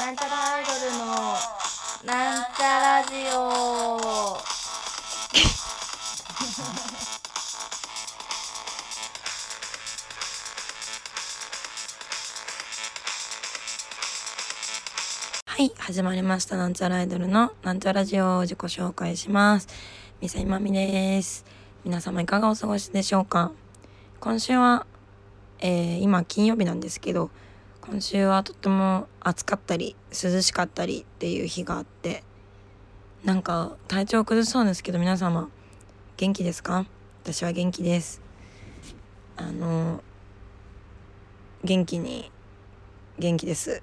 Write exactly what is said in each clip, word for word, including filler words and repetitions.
なんちゃらアイドルのなんちゃラジオ。はい、始まりました。なんちゃらアイドルのなんちゃラジオを自己紹介します。みさいまみです。皆様いかがお過ごしでしょうか。今週は、えー、今金曜日なんですけど、今週はとっても暑かったり涼しかったりっていう日があって、なんか体調崩しそうですけど、皆様元気ですか？私は元気です。あの元気に元気です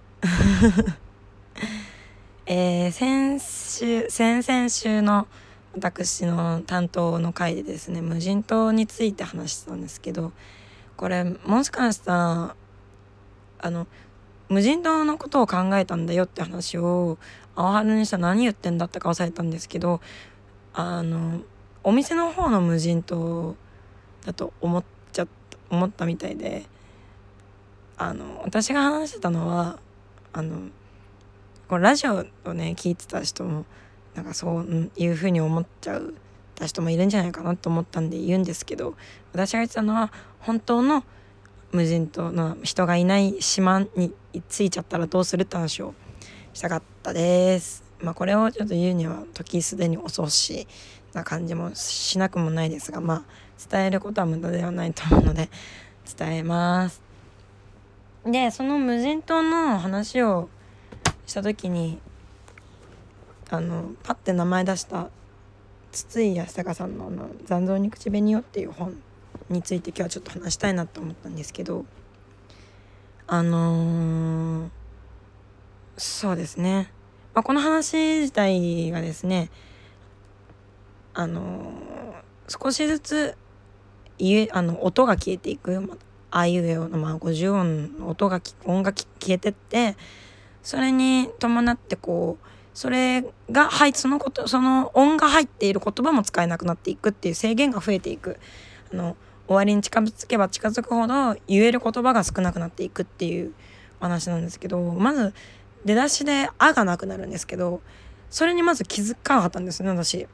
えー、先週先々週の私の担当の回でですね、無人島について話してたんですけど、これもしかしたらあの無人島のことを考えたんだよって話を青春にしたら何言ってんだって顔されたんですけど、あのお店の方の無人島だと思っちゃった思ったみたいで、あの私が話してたのはあのこれラジオをね聞いてた人もなんかそういう風に思っちゃうた人もいるんじゃないかなと思ったんで言うんですけど、私が言ってたのは本当の無人島の人がいない島に着いちゃったらどうするって話をしたかったです。まあこれをちょっと言うには時すでに遅しな感じもしなくもないですが、まあ伝えることは無駄ではないと思うので伝えます。でその無人島の話をした時にあのパッて名前出した筒井康隆さんのあの残像に口紅よっていう本について今日はちょっと話したいなと思ったんですけど、あのー、そうですね、まあ、この話自体がですね、あのー、少しずついあの音が消えていく、あいうえおのまあごじゅう音の音が音が消えてって、それに伴ってこうそれがはいそのことその音が入っている言葉も使えなくなっていくっていう制限が増えていく、あの終わりに近づけば近づくほど言える言葉が少なくなっていくっていう話なんですけど、まず出だしであがなくなるんですけど、それにまず気づかなかったんですね私。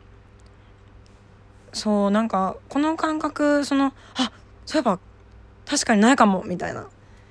そうなんかこの感覚、そのあそういえば確かにないかもみたいな、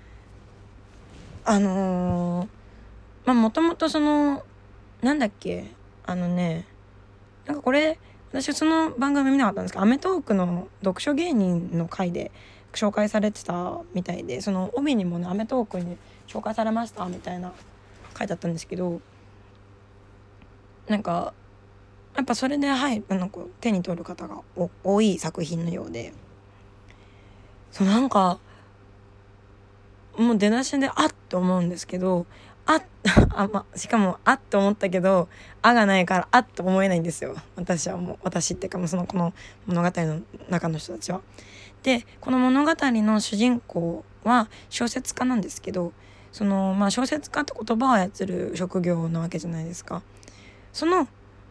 あのー、まあもともとそのなんだっけあのねなんかこれ私その番組見なかったんですけど、アメトーークの読書芸人の回で紹介されてたみたいで、その帯にもねアメトーークに紹介されましたみたいな回だったんですけど、なんかやっぱそれではいなんか手に取る方が多い作品のようで、そうなんかもう出だしであっと思うんですけど、あっあ、ま、しかもあっと思ったけどあがないからあっと思えないんですよ、私は。もう私っていうかもうそのこの物語の中の人たちは。でこの物語の主人公は小説家なんですけど、そのまあ小説家って言葉を操る職業なわけじゃないですか。その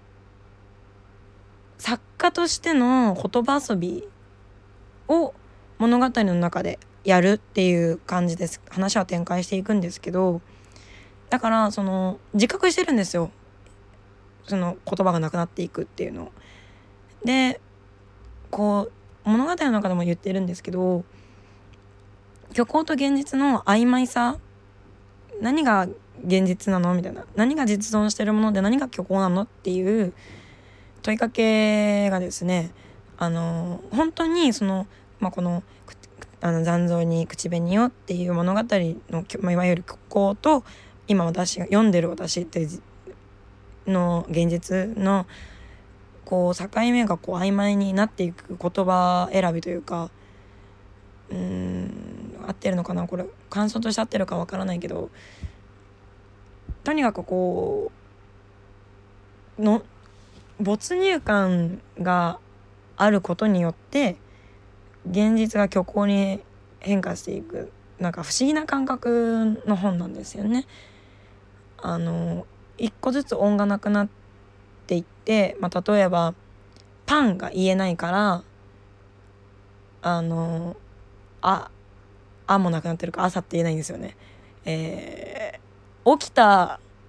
作家としての言葉遊びを物語の中でやるっていう感じです。話は展開していくんですけど、だからその自覚してるんですよ、その言葉がなくなっていくっていうので、こう物語の中でも言ってるんですけど、虚構と現実の曖昧さ、何が現実なのみたいな、何が実存してるもので何が虚構なのっていう問いかけがですね、あの本当にその、まあ、このあの残像に口紅よっていう物語の、まあ、いわゆる虚構と今私が読んでる私っての現実のこう境目がこう曖昧になっていく言葉選びというか、うーん合ってるのかな、これ感想として合ってるかわからないけど、とにかくこうの没入感があることによって現実が虚構に変化していく、なんか不思議な感覚の本なんですよね。あの一個ずつ音がなくなっていって、まあ、例えばパンが言えないからあのああもなくなってるから朝って言えないんですよね。えー、起きた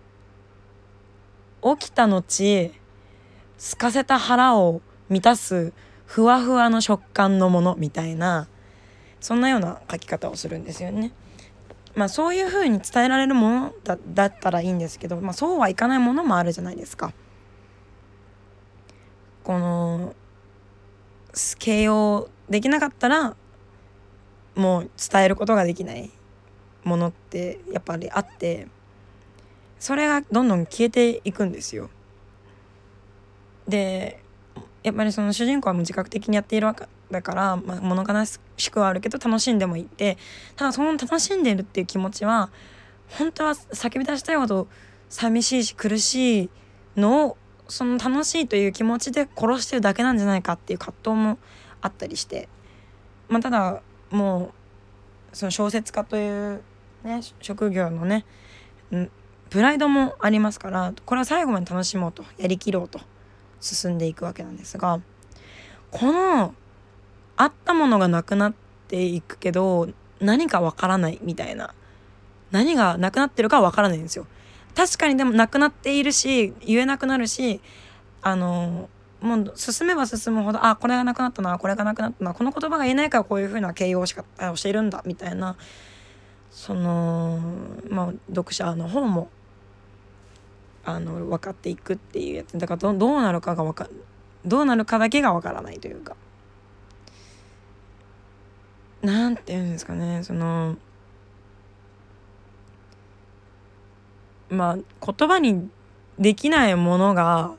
起きた後空かせた腹を満たすふわふわの食感のものみたいな、そんなような書き方をするんですよね。まあそういう風に伝えられるもの だ, だったらいいんですけど、まあそうはいかないものもあるじゃないですか。この形容できなかったらもう伝えることができないものってやっぱりあって、それがどんどん消えていくんですよ。でやっぱりその主人公はもう自覚的にやっているわけだから、まあ、物悲しくはあるけど楽しんでもいて、ただその楽しんでいるっていう気持ちは本当は叫び出したいほど寂しいし苦しいのを、その楽しいという気持ちで殺してるだけなんじゃないかっていう葛藤もあったりして、まあ、ただもうその小説家というね職業のねプライドもありますから、これは最後まで楽しもうとやりきろうと進んでいくわけなんですが、このあったものがなくなっていくけど何かわからないみたいな、何がなくなってるかわからないんですよ。確かにでもなくなっているし言えなくなるし、あのもう進めば進むほど、あこれがなくなったな、これがなくなったな、この言葉が言えないからこういう風な形容し方をしているんだみたいな、そのまあ読者の方もあの分かっていくっていうやつだから、 ど, どうなるかが分かどうなるかだけが分からないというか、なんていうんですかね、そのまあ言葉にできないものが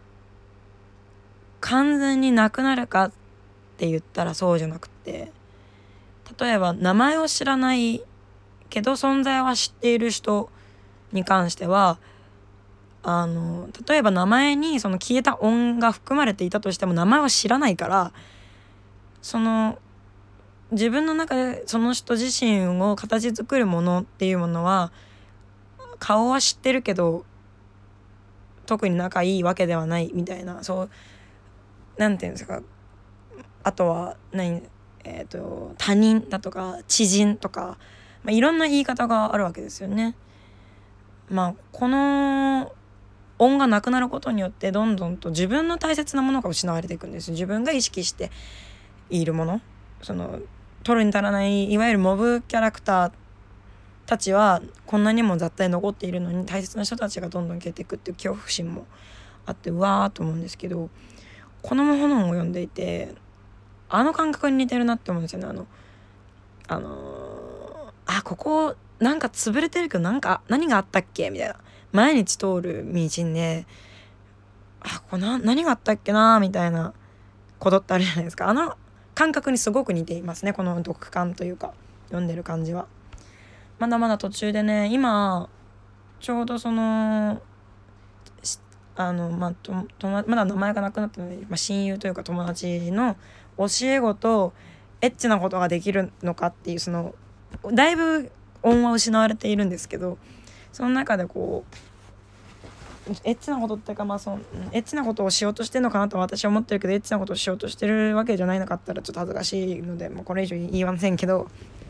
完全になくなるかって言ったらそうじゃなくて、例えば名前を知らないけど存在は知っている人に関しては、あの例えば名前にその消えた音が含まれていたとしても名前を知らないから、その自分の中でその人自身を形作るものっていうものは顔は知ってるけど特に仲いいわけではないみたいな、そうなんていうんですか、あとは何、えーと、他人だとか知人とか、まあ、いろんな言い方があるわけですよね。まあこの音がなくなることによってどんどんと自分の大切なものが失われていくんです。自分が意識しているもの、その取るに足らないいわゆるモブキャラクターたちはこんなにも雑多に残っているのに、大切な人たちがどんどん消えていくっていう恐怖心もあって、うわーと思うんですけど、この本を読んでいてあの感覚に似てるなって思うんですよね。あのあのー、あここなんか潰れてるけどなんか何があったっけみたいな、毎日通る道であここな何があったっけなみたいなことってあるじゃないですか。あの感覚にすごく似ていますね、この読感というか読んでる感じは。まだまだ途中でね、今ちょうどそのあの、まあ、ととまだ名前がなくなったので、まあ、親友というか友達の教え子とエッチなことができるのかっていう、そのだいぶ音は失われているんですけど、その中でこうエッチなことっていうか、まあ、そのエッチなことをしようとしてるのかなと私は思ってるけど、エッチなことをしようとしてるわけじゃないのかったらちょっと恥ずかしいので、もうこれ以上言いませんけど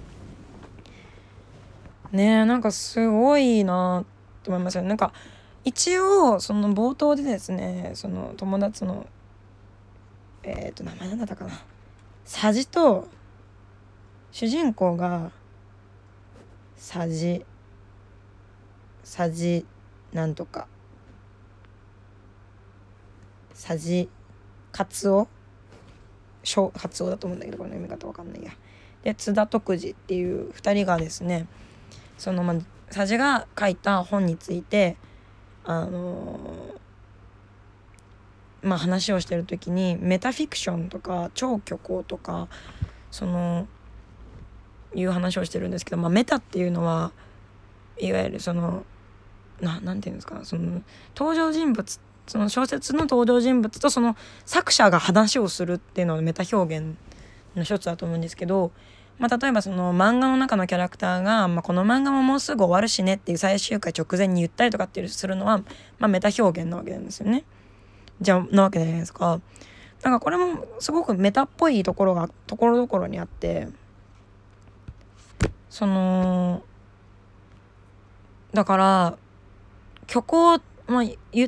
ねえ、なんかすごいなと思いますよね。なんか一応その冒頭でですね、その友達のえっと名前なんだったかな、サジと主人公がサジサジなんとかサジカツオカツオだと思うんだけど、この読み方わかんないや。で津田徳次っていうふたりがですね、そのまあサジが書いた本についてあのー、まあ話をしてる時にメタフィクションとか超虚構とかそのいう話をしてるんですけど、まあ、メタっていうのはいわゆるそのななんていうんですか、その登場人物、その小説の登場人物とその作者が話をするっていうのはメタ表現の一つだと思うんですけど、まあ、例えばその漫画の中のキャラクターが、まあ、この漫画ももうすぐ終わるしねっていう最終回直前に言ったりとかっていうするのは、まあ、メタ表現なわけなんですよね。じゃあなわけじゃないですか。なんかこれもすごくメタっぽいところがところどころにあって、そのだから虚構、まあ、言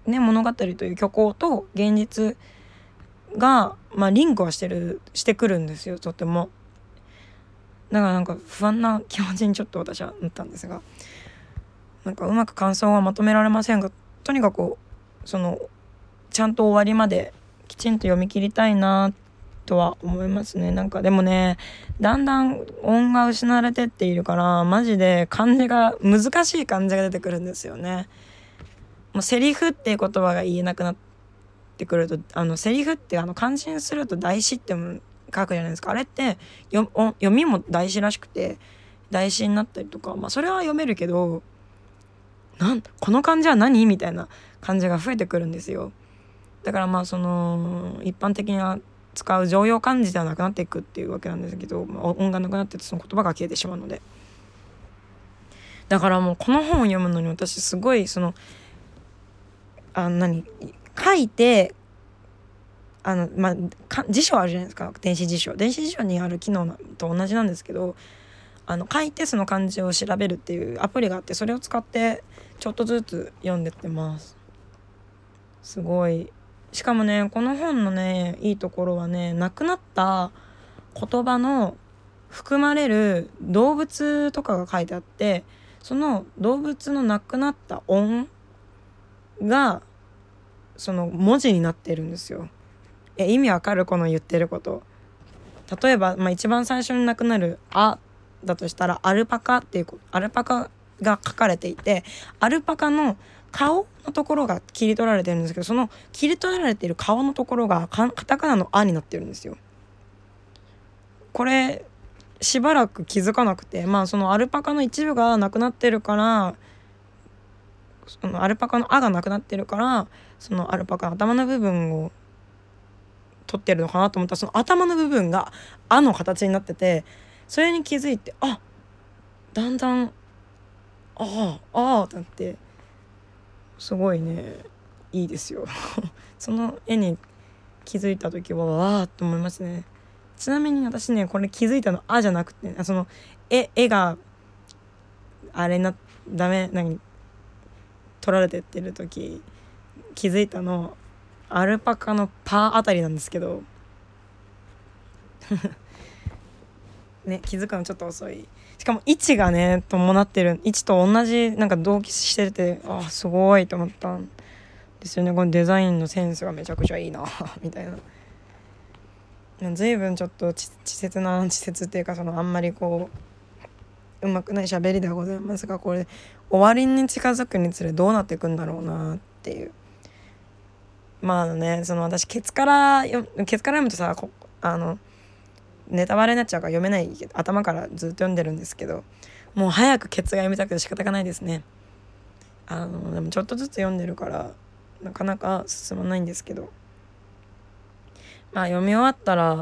ね、物語という虚構と現実が、まあ、リンクはしてるしてくるんですよ、とても。だからなんか不安な気持ちにちょっと私はなったんですが、なんかうまく感想はまとめられませんが、とにかくそのちゃんと終わりまできちんと読み切りたいなとは思いますね。なんかでもね、だんだん音が失われてっているから、マジで漢字が難しい漢字が出てくるんですよね。もうセリフっていう言葉が言えなくなってくると、あのセリフってあの漢字にすると題詞って書くじゃないですか。あれって読読みも題詞らしくて題詞になったりとか、まあそれは読めるけど、なんこの漢字は何みたいな漢字が増えてくるんですよ。だからまあその一般的には使う常用漢字ではなくなっていくっていうわけなんですけど、まあ、音がなくなってその言葉が消えてしまうので、だからもうこの本を読むのに私すごいそのあ何書いてあのまあ辞書あるじゃないですか、電子辞書電子辞書にある機能と同じなんですけど、あの書いてその漢字を調べるっていうアプリがあって、それを使ってちょっとずつ読んでってます。すごい。しかもね、この本のねいいところはね、亡くなった言葉の含まれる動物とかが書いてあって、その動物の亡くなった音がその文字になってるんですよ。え意味わかる？この言ってること。例えば、まあ、一番最初に亡くなる「あ」だとしたらアルパカっていうアルパカが書かれていて、アルパカの顔のところが切り取られてるんですけど、その切り取られている顔のところがカタカナの「あ」になってるんですよ。これしばらく気づかなくて、まあそのアルパカの一部がなくなってるから、そのアルパカの「あ」がなくなってるから、そのアルパカの頭の部分を取ってるのかなと思ったら、その頭の部分が「あ」の形になってて、それに気づいて、あだんだんああああってなって、すごいねいいですよその絵に気づいた時はわーって思いますね。ちなみに私ね、これ気づいたの「あ」じゃなくて、ね、その絵絵があれなダメ何取られてってる時気づいたのアルパカの「パ」あたりなんですけどね、気づくのちょっと遅い。しかも位置がね伴ってる、位置と同じなんか同期してて、あすごいと思ったんですよね。このデザインのセンスがめちゃくちゃいいなみたいな。随分ちょっと稚拙な稚拙っていうか、そのあんまりこううまくない喋りではございますが、これ終わりに近づくにつれどうなっていくんだろうなっていう。まあね、その私ケツからよケツから読むとさ、こあのネタバレになっちゃうから読めないけど、頭からずっと読んでるんですけど、もう早くケツが読みたくて仕方がないですね。あのでもちょっとずつ読んでるからなかなか進まないんですけど、まあ読み終わったら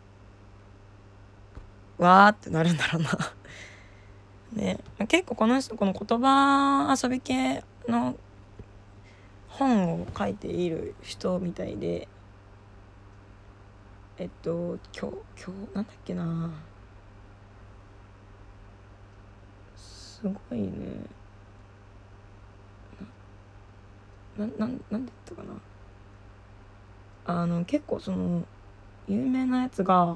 わーってなるんだろうなね、結構この人この言葉遊び系の本を書いている人みたいで、えっと今日今日なんだっけな、すごいね、なななんなんで言ったかな、あの結構その有名なやつが、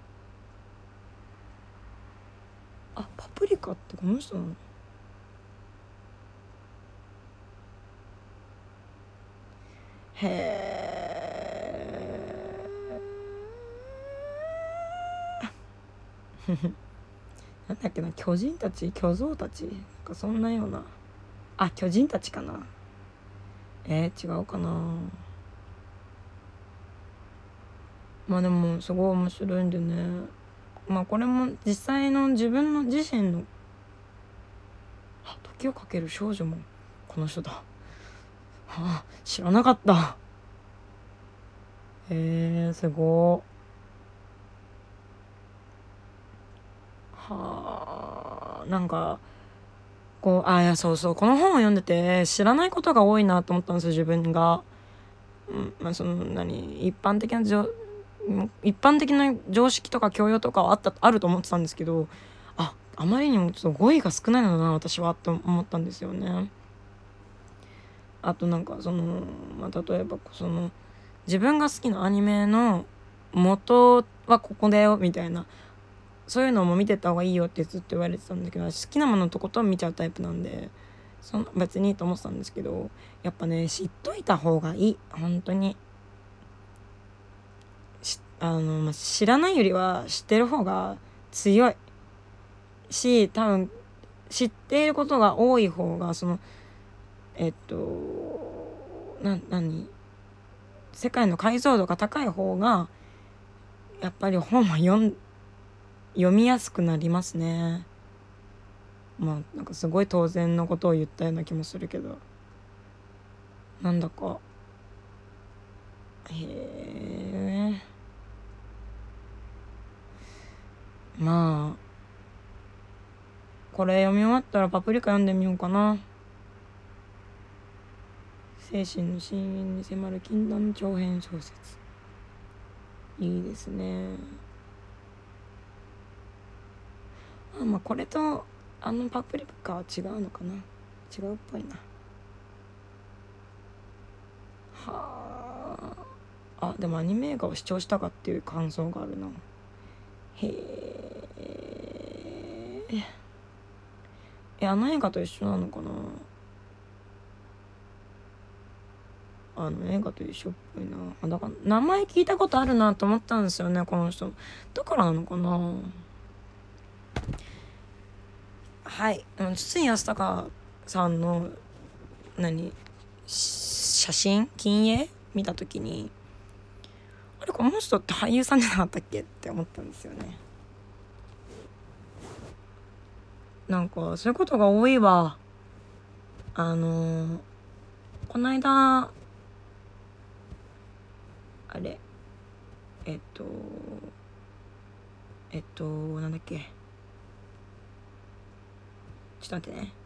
あパプリカってこの人なの？へえなんだっけな、巨人たち巨像たちなんかそんなような、あ巨人たちかな、えー、違うかな。まあでもすごい面白いんでね、まあこれも実際の自分の自身の、あ時をかける少女もこの人だ、はあ知らなかった。へえすごー、はあなんかこう、あいやそうそう、この本を読んでて知らないことが多いなと思ったんですよ自分が。うんまあ、その何一般的なじょ一般的な常識とか教養とかはあったあると思ってたんですけど、ああまりにもちょっと語彙が少ないのだな私はと思ったんですよね。 あとなんかその、まあ、例えばその自分が好きなアニメの元はここだよみたいな、そういうのも見てった方がいいよってずっと言われてたんだけど、好きなものとことん見ちゃうタイプなんで、その別にいいと思ってたんですけど、やっぱね知っといた方がいい。本当にあの、まあ、知らないよりは知ってる方が強いし、多分知っていることが多い方がそのえっとな何世界の解像度が高い方がやっぱり本は読ん読みやすくなりますね。まあなんかすごい当然のことを言ったような気もするけど、なんだかへえ、まあこれ読み終わったらパプリカ読んでみようかな。精神の深淵に迫る禁断長編小説、いいですね。あ、まあこれとあのパプリカは違うのかな、違うっぽいな。はあ、あでもアニメ映画を視聴したかっていう感想があるな。へえ、えあの映画と一緒なのかな。あの映画と一緒っぽいな。あだから名前聞いたことあるなと思ったんですよね、この人。だからなのかな。はい、筒井康隆さんの何写真近影見た時に、あれこの人って俳優さんじゃなかったっけって思ったんですよね。なんかそういうことが多いわ。あのー、この間あれえっとえっとなんだっけ、ちょっと待ってね。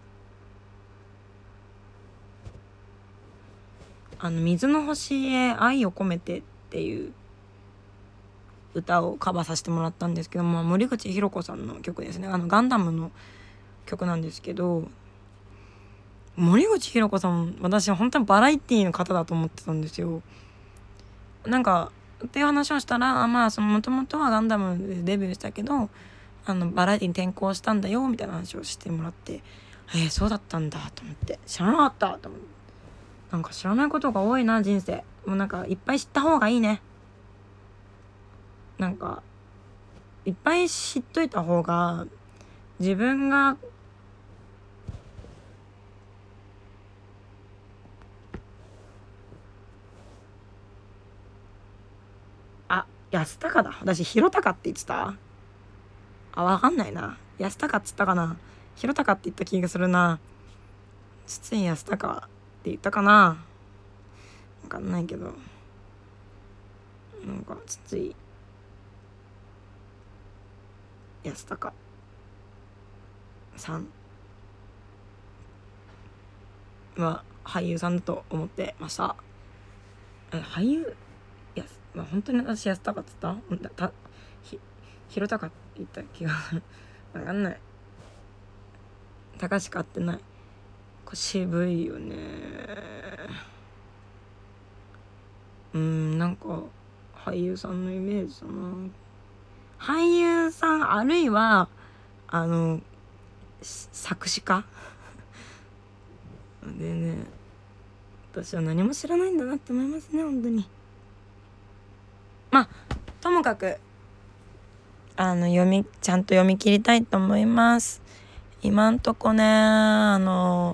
あの水の星へ愛を込めてっていう歌をカバーさせてもらったんですけども、森口博子さんの曲ですね。あのガンダムの曲なんですけど、森口博子さん私本当にバラエティーの方だと思ってたんですよ。なんかっていう話をしたら、まあそのもともとはガンダムでデビューしたけどあのバラエティに転向したんだよみたいな話をしてもらって、えー、そうだったんだと思って、知らなかったと思って。なんか知らないことが多いな人生。もうなんかいっぱい知った方がいいね。なんかいっぱい知っといた方が自分があ安高だ、私広高って言ってた。あわかんないな、安高っつったかな、広高って言った気がするな。筒井康隆って言ったかな、わかんないけど、なんか筒井康隆さんは俳優さんだと思ってました。え俳優いや、まあ、本当に私安高っつっただたひ広高って言った気がする。わかんない、高しか合ってない。これ渋いよね。うん、なんか俳優さんのイメージだな。俳優さんあるいはあの作詞家でね、私は何も知らないんだなって思いますね本当に。まあともかくあの読みちゃんと読み切りたいと思います。今んとこね、あの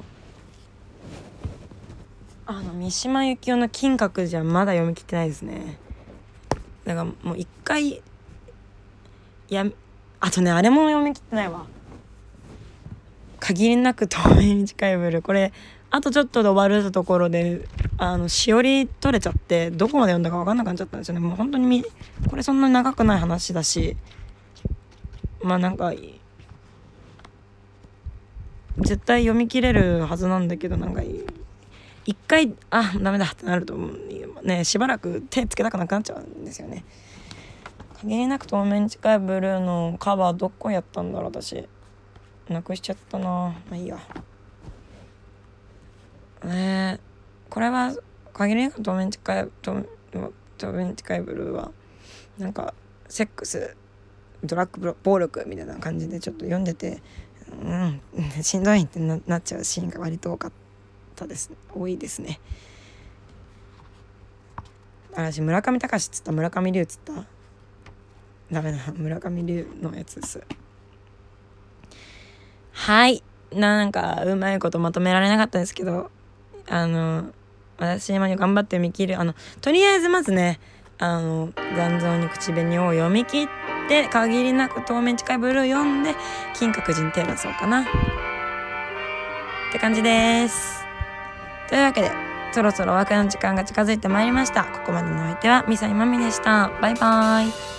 あの三島由紀夫の金閣じゃまだ読み切ってないですね。だからもう一回やあとねあれも読み切ってないわ、限りなく透明に近いブルー。これあとちょっとで終わるところであのしおり取れちゃってどこまで読んだか分かんなくなっちゃったんですよね。もう本当にみこれそんなに長くない話だし、まあなんか絶対読み切れるはずなんだけど、なんか一回あダメだってなるとね、しばらく手つけたくなくなっちゃうんですよね。限りなく透明に近いブルーのカバーどこやったんだろう、私なくしちゃったな。まあいいや。 えー、これは限りなく透明地下透透明地下ブルーはなんかセックスドラッグ暴力みたいな感じでちょっと読んでて、うんしんどいって な, なっちゃうシーンが割と多かったです多いですね。私村上隆っつった村上龍っつったダメだ村上龍のやつです。はいなんかうまいことまとめられなかったですけど、あの私今頑張って読み切るあのとりあえずまずねあの残像に口紅を読み切って限りなく透明近いブルー読んで金閣寺に手出そうかなって感じです。というわけでそろそろお別れの時間が近づいてまいりました。ここまでのお相手はミサイマミでした。バイバイ。